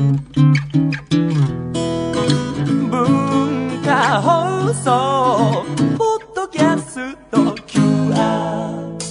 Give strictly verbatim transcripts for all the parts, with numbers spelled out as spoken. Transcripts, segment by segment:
文化放送ポッドキャスト キューアール。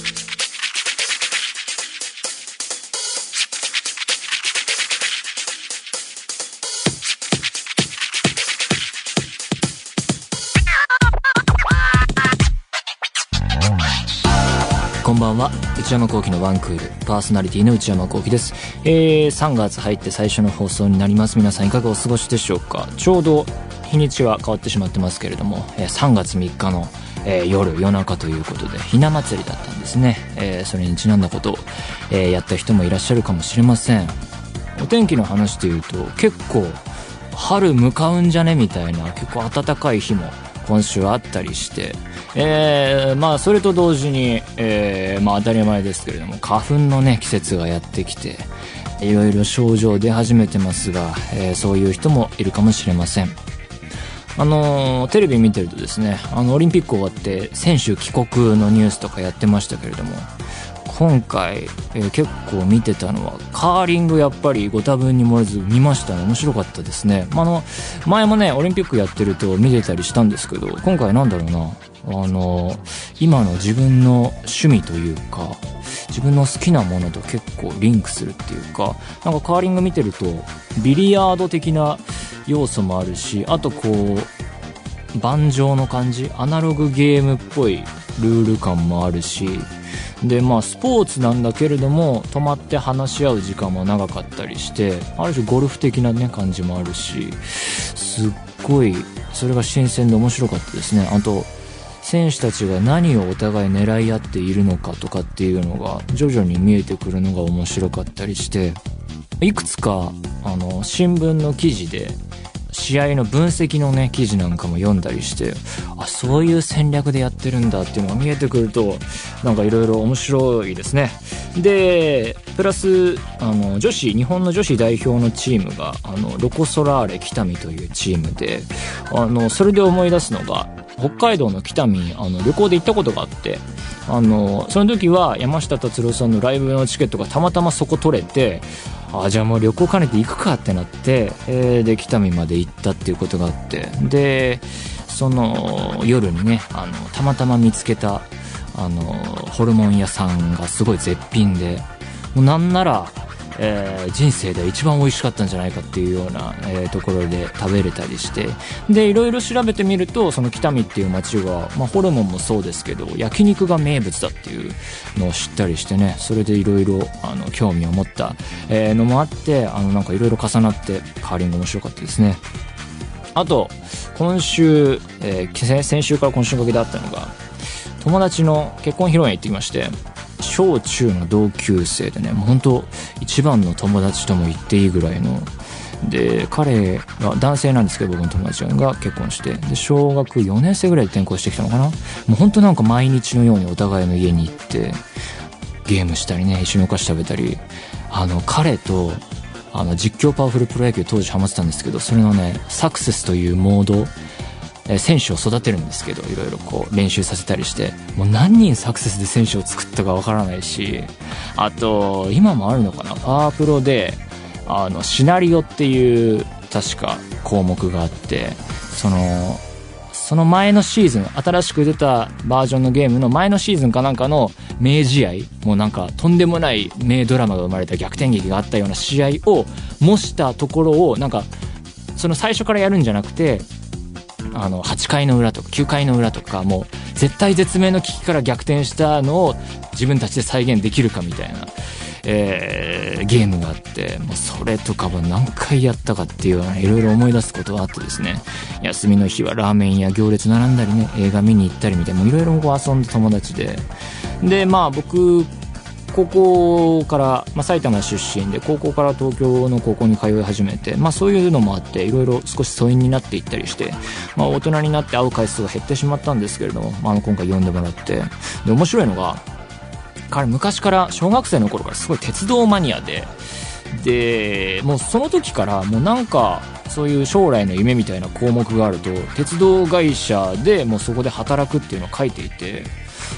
こんばんは、内山聖輝のワンクールパーソナリティの内山聖輝です。えー、さんがつ入って最初の放送になります。皆さんいかがお過ごしでしょうか。ちょうど日にちは変わってしまってますけれども、えー、さんがつみっかの、えー、夜夜中ということでひな祭りだったんですね。えー、それにちなんだことを、えー、やった人もいらっしゃるかもしれません。お天気の話でいうと結構春向かうんじゃねみたいな結構暖かい日も今週あったりして、えー、まあそれと同時に、えー、まあ当たり前ですけれども花粉のね季節がやってきていろいろ症状出始めてますが、えー、そういう人もいるかもしれません。あのー、テレビ見てるとですね、あのオリンピック終わって選手帰国のニュースとかやってましたけれども、今回、えー、結構見てたのはカーリング。やっぱりご多分に漏れず見ましたね。面白かったですね。まあ、あの前もねオリンピックやってると見てたりしたんですけど、今回なんだろうな、あの今の自分の趣味というか自分の好きなものと結構リンクするっていうか、なんかカーリング見てるとビリヤード的な要素もあるし、あとこう盤上の感じ、アナログゲームっぽいルール感もあるし、でまあスポーツなんだけれども止まって話し合う時間も長かったりして、ある種ゴルフ的なね感じもあるし、すっごいそれが新鮮で面白かったですね。あと選手たちが何をお互い狙い合っているのかとかっていうのが徐々に見えてくるのが面白かったりして、いくつかあの新聞の記事で試合の分析のね記事なんかも読んだりして、あ、そういう戦略でやってるんだっていうのが見えてくるとなんかいろいろ面白いですね。でプラスあの女子日本の女子代表のチームがあのロコ・ソラーレ北見というチームで、あのそれで思い出すのが北海道の北見あの旅行で行ったことがあって、あのその時は山下達郎さんのライブのチケットがたまたまそこ取れて、あじゃあもう旅行兼ねて行くかってなって、えー、で北見まで行ったっていうことがあって、でその夜にねあのたまたま見つけたあのホルモン屋さんがすごい絶品で、もうなんなら、えー、人生で一番美味しかったんじゃないかっていうような、えー、ところで食べれたりして、でいろいろ調べてみるとその北見っていう街が、まあ、ホルモンもそうですけど焼肉が名物だっていうのを知ったりしてね、それでいろいろ興味を持った、えー、のもあって、あのなんかいろいろ重なってカーリング面白かったですね。あと今週、えー、先週から今週にかけてあったのが友達の結婚披露宴行ってきまして、小中の同級生でね、もう本当一番の友達とも言っていいぐらいので、彼が男性なんですけど僕の友達が結婚して、で小学よねん生ぐらいで転校してきたのかな。もう本当なんか毎日のようにお互いの家に行ってゲームしたりね、一緒にお菓子食べたり、あの彼とあの実況パワフルプロ野球当時ハマってたんですけど、それのねサクセスというモード、選手を育てるんですけどいろいろこう練習させたりして、もう何人サクセスで選手を作ったかわからないし、あと今もあるのかな、パワープロであのシナリオっていう確か項目があって、そのその前のシーズン新しく出たバージョンのゲームの前のシーズンかなんかの名試合、もうなんかとんでもない名ドラマが生まれた逆転劇があったような試合を模したところをなんかその最初からやるんじゃなくて、あのはちかいの裏とかきゅうかいの裏とか、もう絶対絶命の危機から逆転したのを自分たちで再現できるかみたいな、えー、ゲームがあって、もうそれとかも何回やったかっていうのをいろいろ思い出すことがあってですね、休みの日はラーメンや行列並んだりね、映画見に行ったりみたいな、もういろいろ遊んで友達で、でまあ僕高校から、まあ、埼玉出身で高校から東京の高校に通い始めて、まあ、そういうのもあっていろいろ少し疎遠になっていったりして、まあ、大人になって会う回数が減ってしまったんですけれども、まあ、今回呼んでもらって、で面白いのが彼昔から小学生の頃からすごい鉄道マニアで、でもうその時からもうなんかそういう将来の夢みたいな項目があると鉄道会社でもうそこで働くっていうのを書いていて、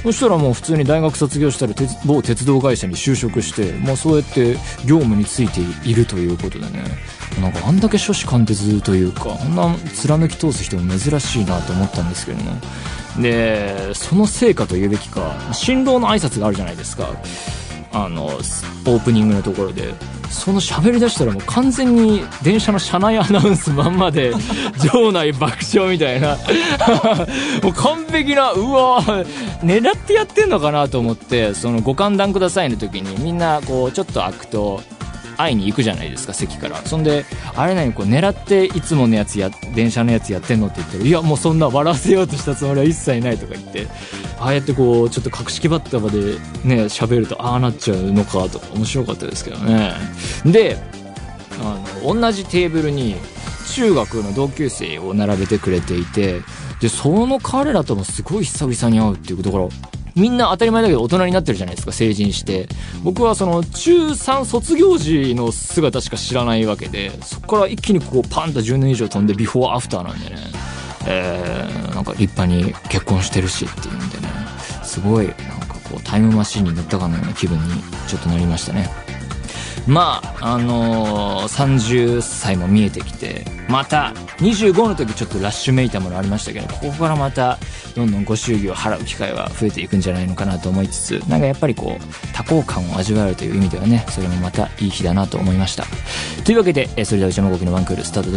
そしたらもう普通に大学卒業したら鉄某鉄道会社に就職して、まあ、そうやって業務についているということでね、なんかあんだけ初志貫徹というか、あんな貫き通す人も珍しいなと思ったんですけども、でその成果と言うべきか、新郎の挨拶があるじゃないですか、あのオープニングのところで。その喋り出したらもう完全に電車の車内アナウンスまんまで場内爆笑みたいなもう完璧な、うわ狙ってやってんのかなと思って、そのご歓談くださいの時にみんなこうちょっと開くと会いに行くじゃないですか、席から。そんであれ何こう狙っていつものやつや電車のやつやってんのって言ったら、いやもうそんな笑わせようとしたつもりは一切ないとか言って、ああやってこうちょっと格式ばった場でね喋るとああなっちゃうのかとか面白かったですけどね。であの同じテーブルに中学の同級生を並べてくれていて、でその彼らともすごい久々に会うっていうところ、みんな当たり前だけど大人になってるじゃないですか、成人して。僕はその中さん卒業時の姿しか知らないわけで、そこから一気にこうパンとじゅうねん以上飛んでビフォーアフターなんでね、えー、なんか立派に結婚してるしっていうんでね、すごいなんかこうタイムマシンに乗ったかのような気分にちょっとなりましたね。まああのー、さんじゅっさいも見えてきて、またにじゅうごの時ちょっとラッシュめいたものありましたけど、ここからまたどんどんご祝儀を払う機会は増えていくんじゃないのかなと思いつつ、なんかやっぱりこう多幸感を味わえるという意味ではね、それもまたいい日だなと思いました。というわけでそれでは内山豪輝のワンクールスタートです。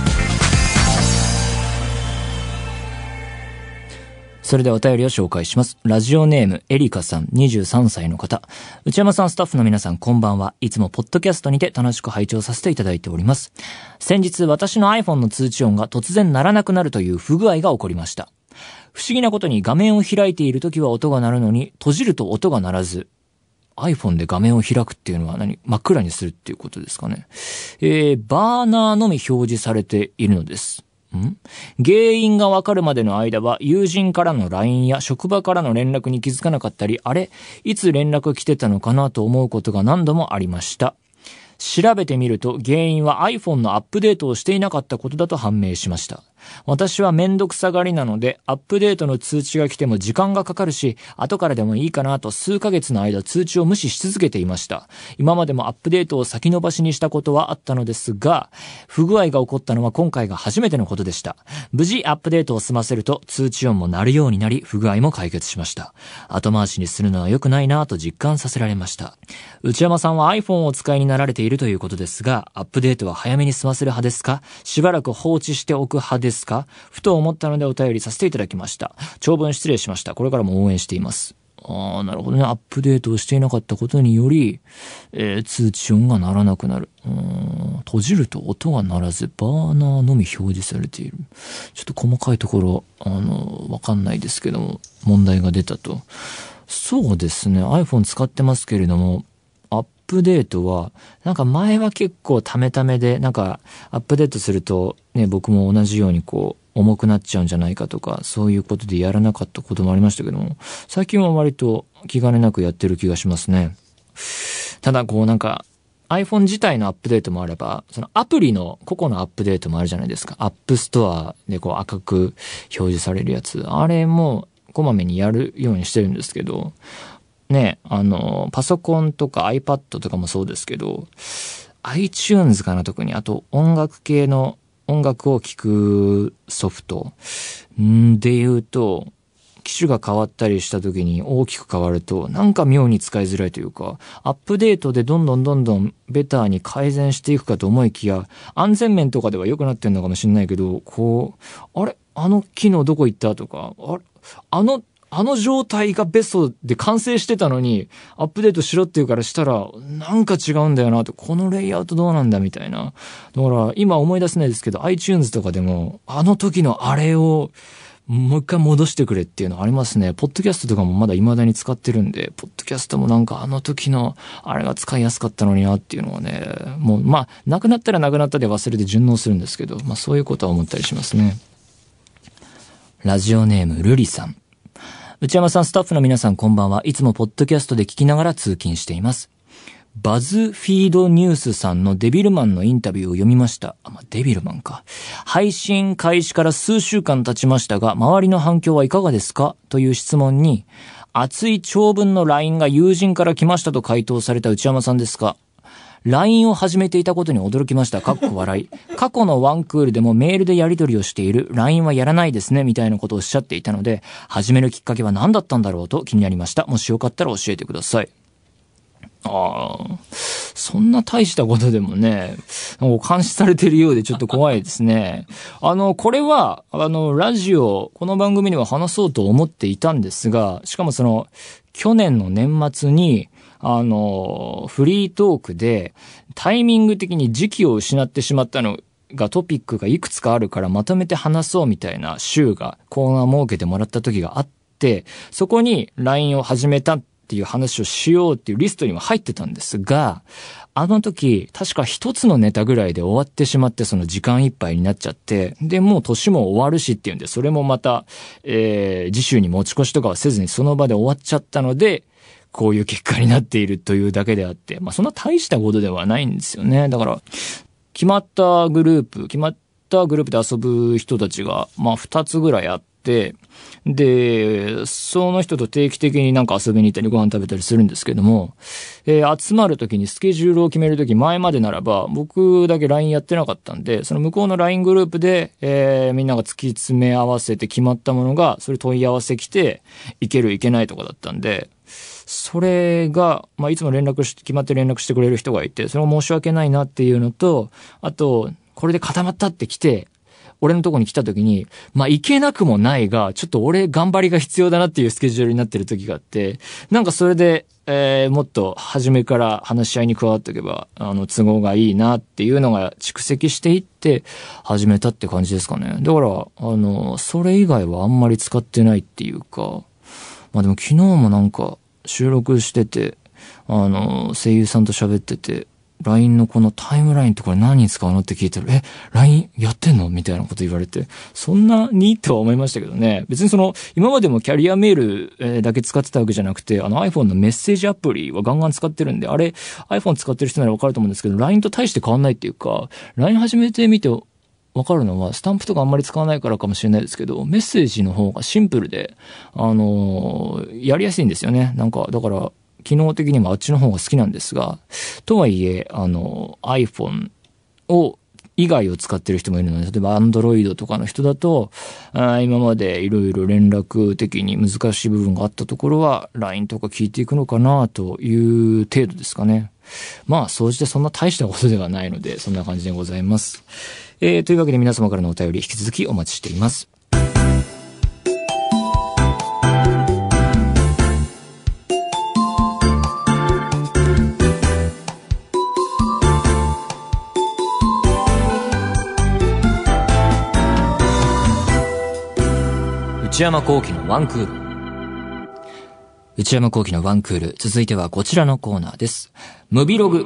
それではお便りを紹介します。ラジオネームエリカさん、にじゅうさんさいの方。内山さん、スタッフの皆さん、こんばんは。いつもポッドキャストにて楽しく拝聴させていただいております。先日私の iPhone の通知音が突然鳴らなくなるという不具合が起こりました。不思議なことに画面を開いているときは音が鳴るのに、閉じると音が鳴らず、iPhone で画面を開くっていうのは何、真っ暗にするっていうことですかね。えー、バーナーのみ表示されているのです。ん原因がわかるまでの間は友人からの ライン や職場からの連絡に気づかなかったり、あれいつ連絡来てたのかなと思うことが何度もありました。調べてみると原因は iPhone のアップデートをしていなかったことだと判明しました。私はめんどくさがりなのでアップデートの通知が来ても時間がかかるし、後からでもいいかなと数ヶ月の間通知を無視し続けていました。今までもアップデートを先延ばしにしたことはあったのですが、不具合が起こったのは今回が初めてのことでした。無事アップデートを済ませると通知音も鳴るようになり、不具合も解決しました。後回しにするのは良くないなぁと実感させられました。内山さんは iPhone をお使いになられているということですが、アップデートは早めに済ませる派ですか？しばらく放置しておく派ですか？ふと思ったのでお便りさせていただきました。長文失礼しました。これからも応援しています。ああ、なるほどね。アップデートをしていなかったことにより、えー、通知音が鳴らなくなる。うーん、閉じると音が鳴らず、バーナーのみ表示されている。ちょっと細かいところ、あの、わかんないですけども、問題が出たと。そうですね。iPhone 使ってますけれども、アップデートは、なんか前は結構ためためで、なんかアップデートすると、ね、僕も同じようにこう、重くなっちゃうんじゃないかとか、そういうことでやらなかったこともありましたけども、最近は割と気兼ねなくやってる気がしますね。ただこうなんか iPhone 自体のアップデートもあれば、そのアプリの個々のアップデートもあるじゃないですか。アップストアでこう赤く表示されるやつ。あれもこまめにやるようにしてるんですけど、ね、あの、パソコンとか iPad とかもそうですけど、iTunes かな特に、あと音楽系の音楽を聴くソフトんで言うと、機種が変わったりした時に大きく変わるとなんか妙に使いづらいというか、アップデートでどんどんどんどんベターに改善していくかと思いきや、安全面とかでは良くなってるのかもしれないけど、こうあれあの機能どこ行ったとか、あれあのあの状態がベストで完成してたのにアップデートしろっていうからしたらなんか違うんだよなと、このレイアウトどうなんだみたいな。だから今思い出せないですけど iTunes とかでもあの時のあれをもう一回戻してくれっていうのありますね。ポッドキャストとかもまだ未だに使ってるんで、ポッドキャストもなんかあの時のあれが使いやすかったのになっていうのはね、もうまあなくなったらなくなったで忘れて順応するんですけど、まあそういうことは思ったりしますね。ラジオネームルリさん。内山さん、スタッフの皆さんこんばんは。いつもポッドキャストで聞きながら通勤しています。 バズフィードニュースさんのデビルマンのインタビューを読みました。あ、まあ、デビルマンか。配信開始から数週間経ちましたが、周りの反響はいかがですかという質問に、熱い長文の ライン が友人から来ましたと回答された内山さんですが、ライン を始めていたことに驚きました。かっこ笑い。過去のワンクールでもメールでやり取りをしている ライン はやらないですね、みたいなことをおっしゃっていたので、始めるきっかけは何だったんだろうと気になりました。もしよかったら教えてください。ああ、そんな大したことでもね、監視されてるようでちょっと怖いですね。あの、これは、あの、ラジオ、この番組には話そうと思っていたんですが、しかもその、去年の年末に、あの、フリートークで、タイミング的に時期を失ってしまったのが、トピックがいくつかあるからまとめて話そうみたいな週が、コーナー設けてもらった時があって、そこに ライン を始めたっていう話をしようっていうリストにも入ってたんですが、あの時、確か一つのネタぐらいで終わってしまって、その時間いっぱいになっちゃって、で、もう年も終わるしっていうんで、それもまた、えー、次週に持ち越しとかはせずにその場で終わっちゃったので、こういう結果になっているというだけであって、まあそんな大したことではないんですよね。だから、決まったグループ、決まったグループで遊ぶ人たちが、まあ二つぐらいあって、で、その人と定期的になんか遊びに行ったりご飯食べたりするんですけども、えー、集まるときにスケジュールを決めるとき前までならば、僕だけ ライン やってなかったんで、その向こうの ライン グループで、えー、みんなが突き詰め合わせて決まったものが、それ問い合わせ来て、いけるいけないとかだったんで、それが、まあ、いつも連絡して、決まって連絡してくれる人がいて、それは申し訳ないなっていうのと、あと、これで固まったって来て、俺のとこに来た時に、まあ、いけなくもないが、ちょっと俺頑張りが必要だなっていうスケジュールになってる時があって、なんかそれで、えー、もっと初めから話し合いに加わっておけば、あの、都合がいいなっていうのが蓄積していって、始めたって感じですかね。だから、あの、それ以外はあんまり使ってないっていうか、まあでも昨日もなんか、収録してて、あの、声優さんと喋ってて、ライン のこのタイムラインってこれ何に使うのって聞いたら、え、ライン やってんのみたいなこと言われて、そんなにとは思いましたけどね。別にその、今までもキャリアメールだけ使ってたわけじゃなくて、あの iPhone のメッセージアプリはガンガン使ってるんで、あれ iPhone 使ってる人ならわかると思うんですけど、ライン と大して変わんないっていうか、ライン 始めてみてわかるのは、スタンプとかあんまり使わないからかもしれないですけど、メッセージの方がシンプルで、あのー、やりやすいんですよね。なんか、だから、機能的にもあっちの方が好きなんですが、とはいえ、あの、iPhone を、以外を使ってる人もいるので、例えば Android とかの人だと、あ今までいろいろ連絡的に難しい部分があったところは、ライン とか聞いていくのかなという程度ですかね。まあ、総じてそんな大したことではないので、そんな感じでございます。えー、というわけで皆様からのお便り引き続きお待ちしています。内山聖輝のワンクール。内山聖輝のワンクール。続いてはこちらのコーナーです。ムビログ。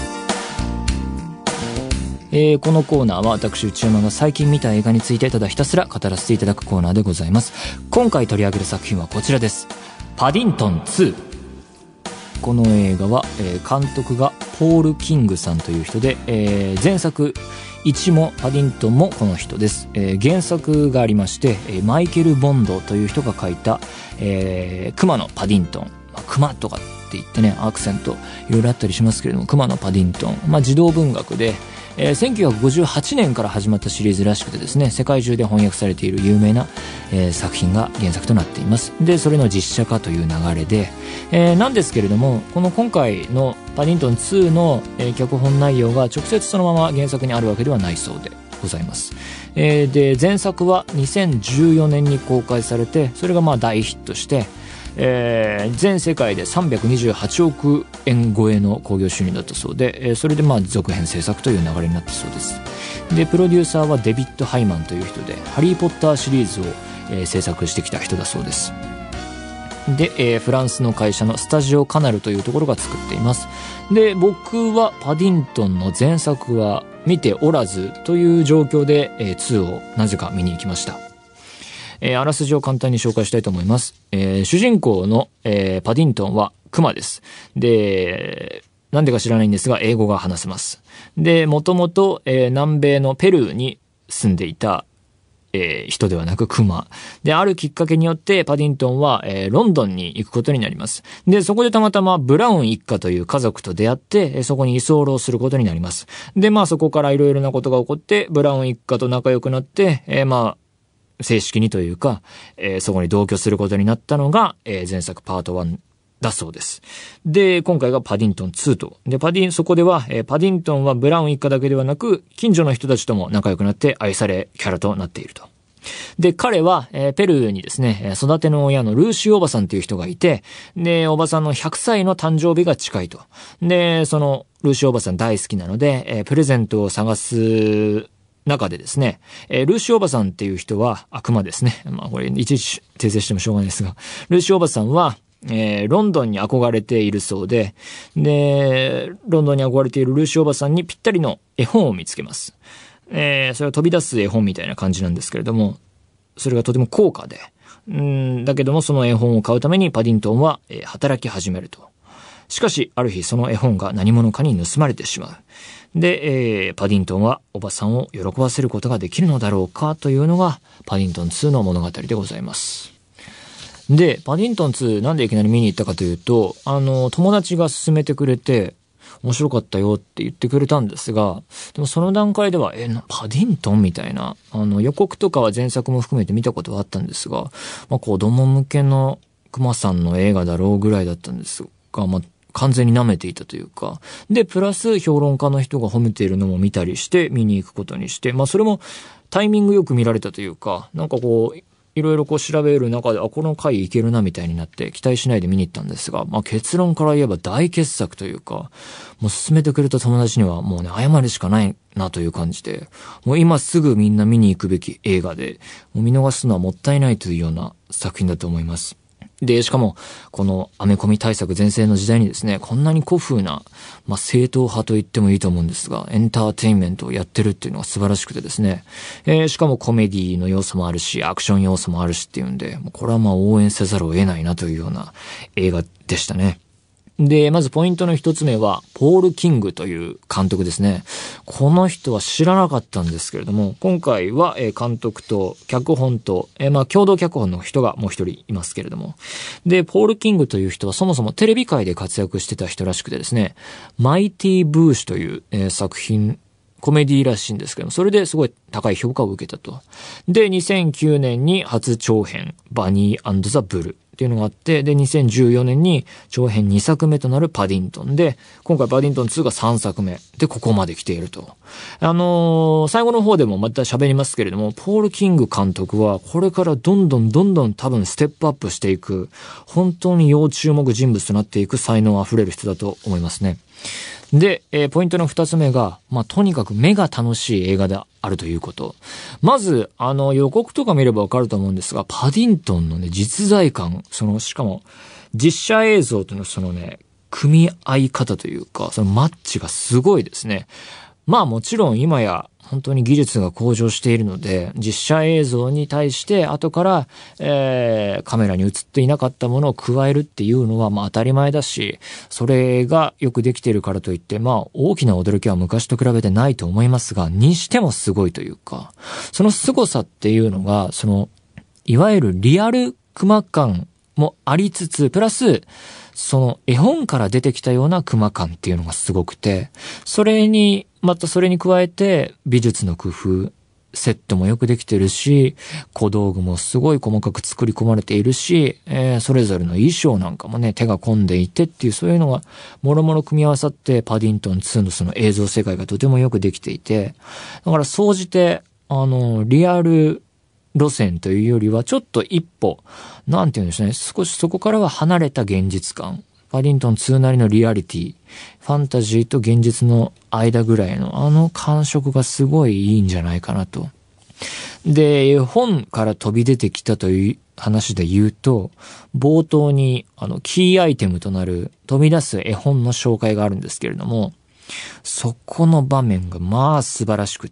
えー、このコーナーは私内山が最近見た映画についてただひたすら語らせていただくコーナーでございます。今回取り上げる作品はこちらです。パディントンツー。この映画は、えー、監督がポール・キングさんという人で、えー、前作いちもパディントンもこの人です。えー、原作がありまして、えー、マイケル・ボンドという人が書いた、えー、熊のパディントン。まあ、熊とかって言ってね、アクセントいろいろあったりしますけれども、熊のパディントン。まあ、児童文学で、えー、せんきゅうひゃくごじゅうはちねんから始まったシリーズらしくてですね、世界中で翻訳されている有名な、えー、作品が原作となっています。で、それの実写化という流れで、えー、なんですけれども、この今回のパディントンツーの、えー、脚本内容が直接そのまま原作にあるわけではないそうでございます。えー、で、前作はにせんじゅうよねんに公開されて、それがまあ大ヒットして、えー、全世界でさんびゃくにじゅうはちおくえん超えの興行収入だったそうで、えー、それでまあ続編制作という流れになったそうです。で、プロデューサーはデビッド・ハイマンという人で、ハリー・ポッターシリーズを、えー、制作してきた人だそうです。で、えー、フランスの会社のスタジオカナルというところが作っています。で、僕はパディントンの前作は見ておらずという状況で、えー、ツーをなぜか見に行きました。えー、あらすじを簡単に紹介したいと思います。えー、主人公の、えー、パディントンはクマです。で、 なんでか知らないんですが、英語が話せます。で、もともと、えー、南米のペルーに住んでいた、えー、人ではなくクマ。で、あるきっかけによってパディントンは、えー、ロンドンに行くことになります。で、そこでたまたまブラウン一家という家族と出会って、えー、そこに居候することになります。で、まあそこからいろいろなことが起こって、ブラウン一家と仲良くなって、えー、まあ、正式にというか、えー、そこに同居することになったのが、えー、前作パートワンだそうです。で、今回がパディントンツーと。で、パディン、そこでは、えー、パディントンはブラウン一家だけではなく、近所の人たちとも仲良くなって愛されキャラとなっていると。で、彼は、えー、ペルーにですね、育ての親のルーシーおばさんという人がいて、で、おばさんのひゃくさいの誕生日が近いと。で、その、ルーシーおばさん大好きなので、えー、プレゼントを探す中でですね、えー、ルーシーおばさんっていう人は悪魔ですね。まあ、これ、いちいち訂正してもしょうがないですが、ルーシーおばさんは、えー、ロンドンに憧れているそうで、で、ロンドンに憧れているルーシーおばさんにぴったりの絵本を見つけます。えー、それは飛び出す絵本みたいな感じなんですけれども、それがとても高価で、うんだけどもその絵本を買うためにパディントンは、えー、働き始めると。しかし、ある日その絵本が何者かに盗まれてしまう。で、えー、パディントンはおばさんを喜ばせることができるのだろうかというのがパディントンツーの物語でございます。で、パディントンツーなんでいきなり見に行ったかというと、あの、友達が勧めてくれて、面白かったよって言ってくれたんですが、でもその段階では、え、パディントンみたいな、あの、予告とかは前作も含めて見たことはあったんですが、まあ、子供向けのクマさんの映画だろうぐらいだったんですが、まあ、完全に舐めていたというか、で、プラス評論家の人が褒めているのも見たりして見に行くことにして、まあ、それもタイミングよく見られたというか、なんかこう、いろいろこう調べる中で、あ、この回いけるなみたいになって期待しないで見に行ったんですが、まあ結論から言えば大傑作というか、もう勧めてくれた友達にはもうね、謝るしかないなという感じで、もう今すぐみんな見に行くべき映画で、もう見逃すのはもったいないというような作品だと思います。で、しかも、このアメコミ対策全盛の時代にですね、こんなに古風な、まあ、正統派と言ってもいいと思うんですが、エンターテインメントをやってるっていうのが素晴らしくてですね、えー、しかもコメディの要素もあるし、アクション要素もあるしっていうんで、これはまあ応援せざるを得ないなというような映画でしたね。で、まずポイントの一つ目は、ポール・キングという監督ですね。この人は知らなかったんですけれども、今回は監督と脚本と、えまあ共同脚本の人がもう一人いますけれども。で、ポール・キングという人はそもそもテレビ界で活躍してた人らしくてですね、マイティ・ブーシュという、えー、作品、コメディらしいんですけども、それですごい高い評価を受けたと。で、にせんきゅうねんに初長編、バニー&ザ・ブルっていうのがあって、で、にせんじゅうよねんに長編にさくめとなるパディントンで、今回パディントンツーがさんさくめで、ここまで来ていると。あのー、最後の方でもまた喋りますけれども、ポール・キング監督は、これからどんどんどんどん多分ステップアップしていく、本当に要注目人物となっていく才能あふれる人だと思いますね。で、えー、ポイントの二つ目が、まあ、とにかく目が楽しい映画であるということ。まず、あの、予告とか見ればわかると思うんですが、パディントンのね、実在感、その、しかも、実写映像とのそのね、組み合い方というか、そのマッチがすごいですね。まあもちろん今や本当に技術が向上しているので、実写映像に対して後から、えー、カメラに映っていなかったものを加えるっていうのはまあ当たり前だし、それがよくできているからといって、まあ大きな驚きは昔と比べてないと思いますが、にしてもすごいというか、その凄さっていうのが、その、いわゆるリアルクマ感もありつつ、プラス、その絵本から出てきたようなクマ感っていうのがすごくて、それに、またそれに加えて美術の工夫、セットもよくできてるし、小道具もすごい細かく作り込まれているし、えー、それぞれの衣装なんかもね、手が込んでいてっていう、そういうのがもろもろ組み合わさって、パディントンツーのその映像世界がとてもよくできていて、だから総じて、あの、リアル路線というよりはちょっと一歩、なんていうんでしょうね、少しそこからは離れた現実感。パディントンツーなりのリアリティ、ファンタジーと現実の間ぐらいのあの感触がすごいいいんじゃないかなと。で、本から飛び出てきたという話で言うと、冒頭にあのキーアイテムとなる飛び出す絵本の紹介があるんですけれども、そこの場面がまあ素晴らしくて、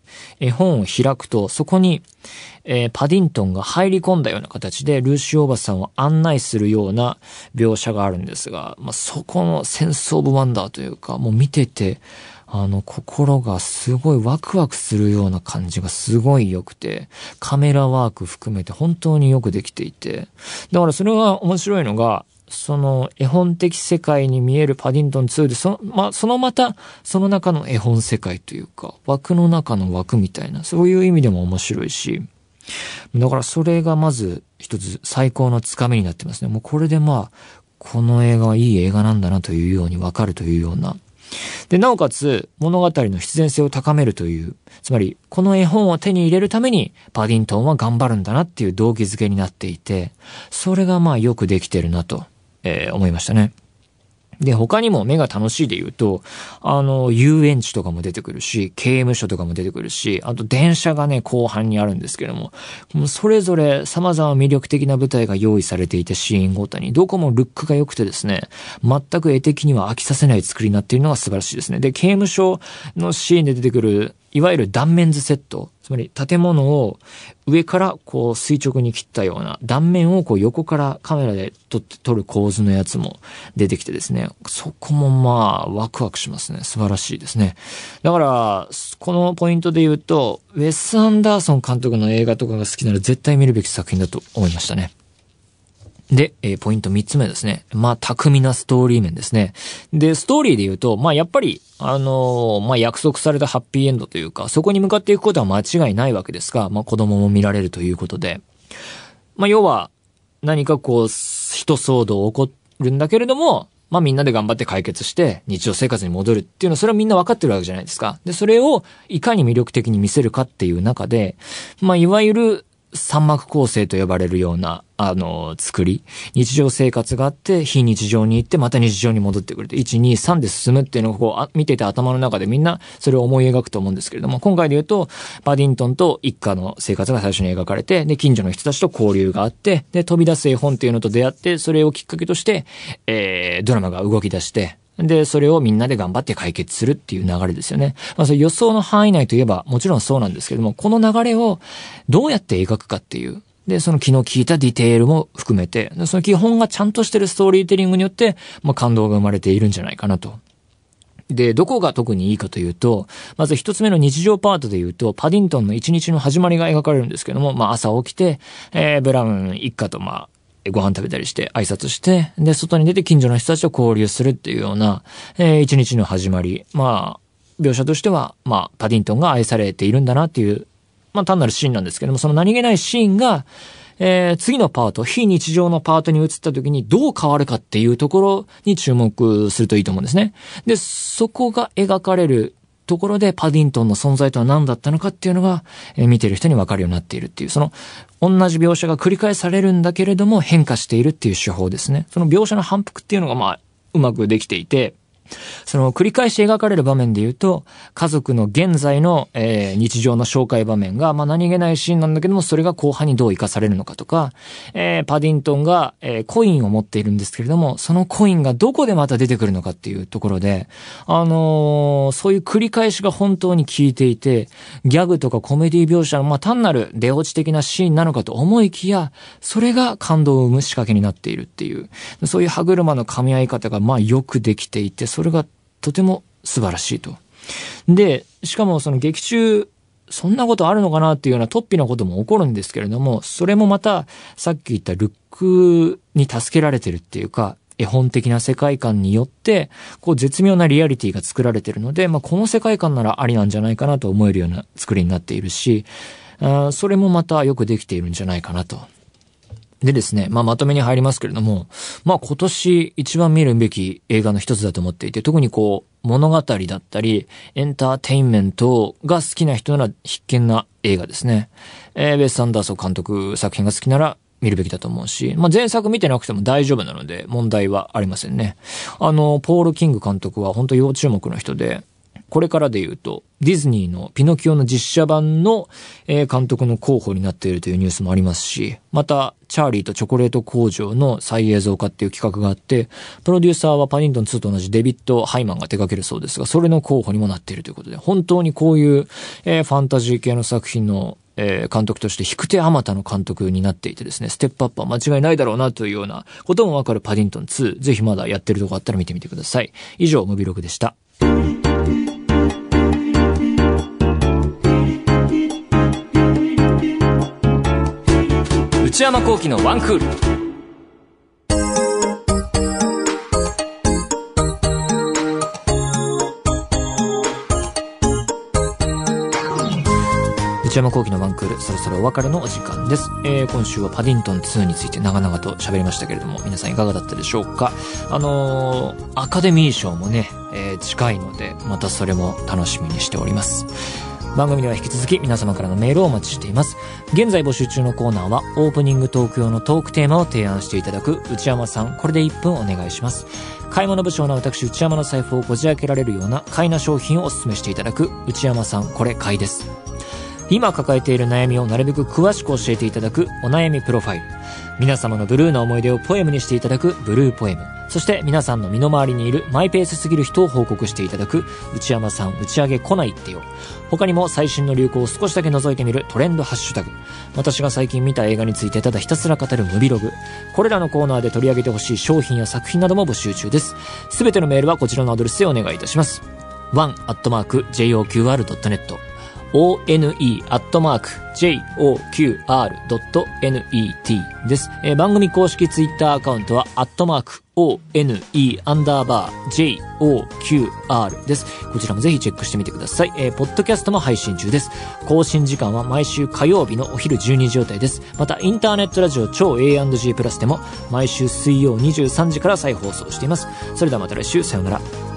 絵本を開くと、そこに、えー、パディントンが入り込んだような形で、ルーシーおばさんを案内するような描写があるんですが、まあ、そこのセンスオブワンダーというか、もう見てて、あの、心がすごいワクワクするような感じがすごい良くて、カメラワーク含めて本当によくできていて、だからそれが面白いのが、その絵本的世界に見えるパディントンツーで、その、まあ、そのまた、その中の絵本世界というか、枠の中の枠みたいな、そういう意味でも面白いし、だからそれがまず一つ最高のつかみになってますね。もうこれでまあ、この映画はいい映画なんだなというようにわかるというような。で、なおかつ物語の必然性を高めるという、つまりこの絵本を手に入れるためにパディントンは頑張るんだなっていう動機づけになっていて、それがまあよくできてるなと、えー、思いましたね。で、他にも目が楽しいで言うと、あの、遊園地とかも出てくるし、刑務所とかも出てくるし、あと電車がね、後半にあるんですけども、もうそれぞれ様々魅力的な舞台が用意されていてシーンごとに、どこもルックが良くてですね、全く絵的には飽きさせない作りになっているのが素晴らしいですね。で、刑務所のシーンで出てくる、いわゆる断面図セット、つまり建物を上からこう垂直に切ったような断面をこう横からカメラで撮って撮る構図のやつも出てきてですね、そこもまあワクワクしますね。素晴らしいですね。だからこのポイントで言うと、ウェス・アンダーソン監督の映画とかが好きなら絶対見るべき作品だと思いましたね。で、えー、ポイント三つ目ですね。まあ、巧みなストーリー面ですね。で、ストーリーで言うと、まあ、やっぱり、あのー、まあ、約束されたハッピーエンドというか、そこに向かっていくことは間違いないわけですが、まあ、子供も見られるということで。まあ、要は、何かこう、一騒動起こるんだけれども、まあ、みんなで頑張って解決して、日常生活に戻るっていうのは、それはみんな分かってるわけじゃないですか。で、それを、いかに魅力的に見せるかっていう中で、まあ、いわゆる、三幕構成と呼ばれるような、あの、作り。日常生活があって、非日常に行って、また日常に戻ってくる。いち、に、さんで進むっていうのをこう、見てて頭の中でみんなそれを思い描くと思うんですけれども、今回で言うと、パディントンと一家の生活が最初に描かれて、で、近所の人たちと交流があって、で、飛び出す絵本っていうのと出会って、それをきっかけとして、えー、ドラマが動き出して、で、それをみんなで頑張って解決するっていう流れですよね。まあ、それ予想の範囲内といえばもちろんそうなんですけれども、この流れをどうやって描くかっていう。で、その気の利いたディテールも含めて、その基本がちゃんとしてるストーリーテリングによって、まあ、感動が生まれているんじゃないかなと。で、どこが特にいいかというと、まず一つ目の日常パートで言うと、パディントンの一日の始まりが描かれるんですけども、まあ朝起きて、えー、ブラウン一家とまあ、ご飯食べたりして挨拶して、で、外に出て近所の人たちと交流するっていうような、えー、一日の始まり。まあ、描写としては、まあ、パディントンが愛されているんだなっていう、まあ単なるシーンなんですけども、その何気ないシーンが、えー、次のパート、非日常のパートに移った時にどう変わるかっていうところに注目するといいと思うんですね。で、そこが描かれるところでパディントンの存在とは何だったのかっていうのが、えー、見てる人に分かるようになっているっていう、その同じ描写が繰り返されるんだけれども変化しているっていう手法ですね。その描写の反復っていうのがまあうまくできていて、その繰り返し描かれる場面で言うと、家族の現在の、えー、日常の紹介場面が、まあ何気ないシーンなんだけども、それが後半にどう生かされるのかとか、えー、パディントンが、えー、コインを持っているんですけれども、そのコインがどこでまた出てくるのかっていうところで、あのー、そういう繰り返しが本当に効いていて、ギャグとかコメディ描写の、まあ単なる出落ち的なシーンなのかと思いきや、それが感動を生む仕掛けになっているっていう、そういう歯車の噛み合い方がまあよくできていて、それがとても素晴らしいと。で、しかもその劇中、そんなことあるのかなっていうような突飛なことも起こるんですけれども、それもまたさっき言ったルックに助けられてるっていうか、絵本的な世界観によって、こう絶妙なリアリティが作られてるので、まあこの世界観ならありなんじゃないかなと思えるような作りになっているし、あそれもまたよくできているんじゃないかなと。でですね、まあまとめに入りますけれども、まあ今年一番見るべき映画の一つだと思っていて、特にこう物語だったりエンターテインメントが好きな人なら必見な映画ですね。えー、ウェス・アンダーソン監督作品が好きなら見るべきだと思うし、まあ前作見てなくても大丈夫なので問題はありませんね。あのポール・キング監督は本当要注目の人で、 これからで言うと、ディズニーのピノキオの実写版の、えー、監督の候補になっているというニュースもありますし、また、チャーリーとチョコレート工場の再映像化っていう企画があって、プロデューサーはパディントンツーと同じデビッド・ハイマンが手掛けるそうですが、それの候補にもなっているということで、本当にこういう、えー、ファンタジー系の作品の、えー、監督として引く手あまたの監督になっていてですね、ステップアップは間違いないだろうなというようなこともわかるパディントンツー、ぜひまだやってるとこあったら見てみてください。以上、ムビログでした。内山聖輝のワンクール。内山聖輝のワンクール、そろそろお別れのお時間です。えー、今週はパディントンツーについて長々と喋りましたけれども、皆さんいかがだったでしょうか。あのー、アカデミー賞もね、えー、近いので、またそれも楽しみにしております。番組では引き続き皆様からのメールをお待ちしています。現在募集中のコーナーはオープニングトーク用のトークテーマを提案していただく内山さん、これでいっぷんお願いします。買い物不詳な私内山の財布をこじ開けられるような買いな商品をお勧めしていただく内山さん、これ買いです。今抱えている悩みをなるべく詳しく教えていただくお悩みプロファイル。皆様のブルーな思い出をポエムにしていただくブルーポエム。そして皆さんの身の回りにいるマイペースすぎる人を報告していただく内山さん打ち上げ来ないってよ。他にも最新の流行を少しだけ覗いてみるトレンドハッシュタグ。私が最近見た映画についてただひたすら語るムビログ。これらのコーナーで取り上げてほしい商品や作品なども募集中です。すべてのメールはこちらのアドレスでお願いいたします。ワン アットマーク ジェイオーキューアール ドットネットone アットマーク ジェイオーキューアール ドットネット です、えー。番組公式ツイッターアカウントはアットマーク one アンダーバー ジェイオーキューアール です。こちらもぜひチェックしてみてください。えー、ポッドキャストも配信中です。更新時間は毎週火曜日のお昼じゅうにじ予定です。またインターネットラジオ超 エーアンドジー プラスでも毎週水曜にじゅうさんじから再放送しています。それではまた来週、さようなら。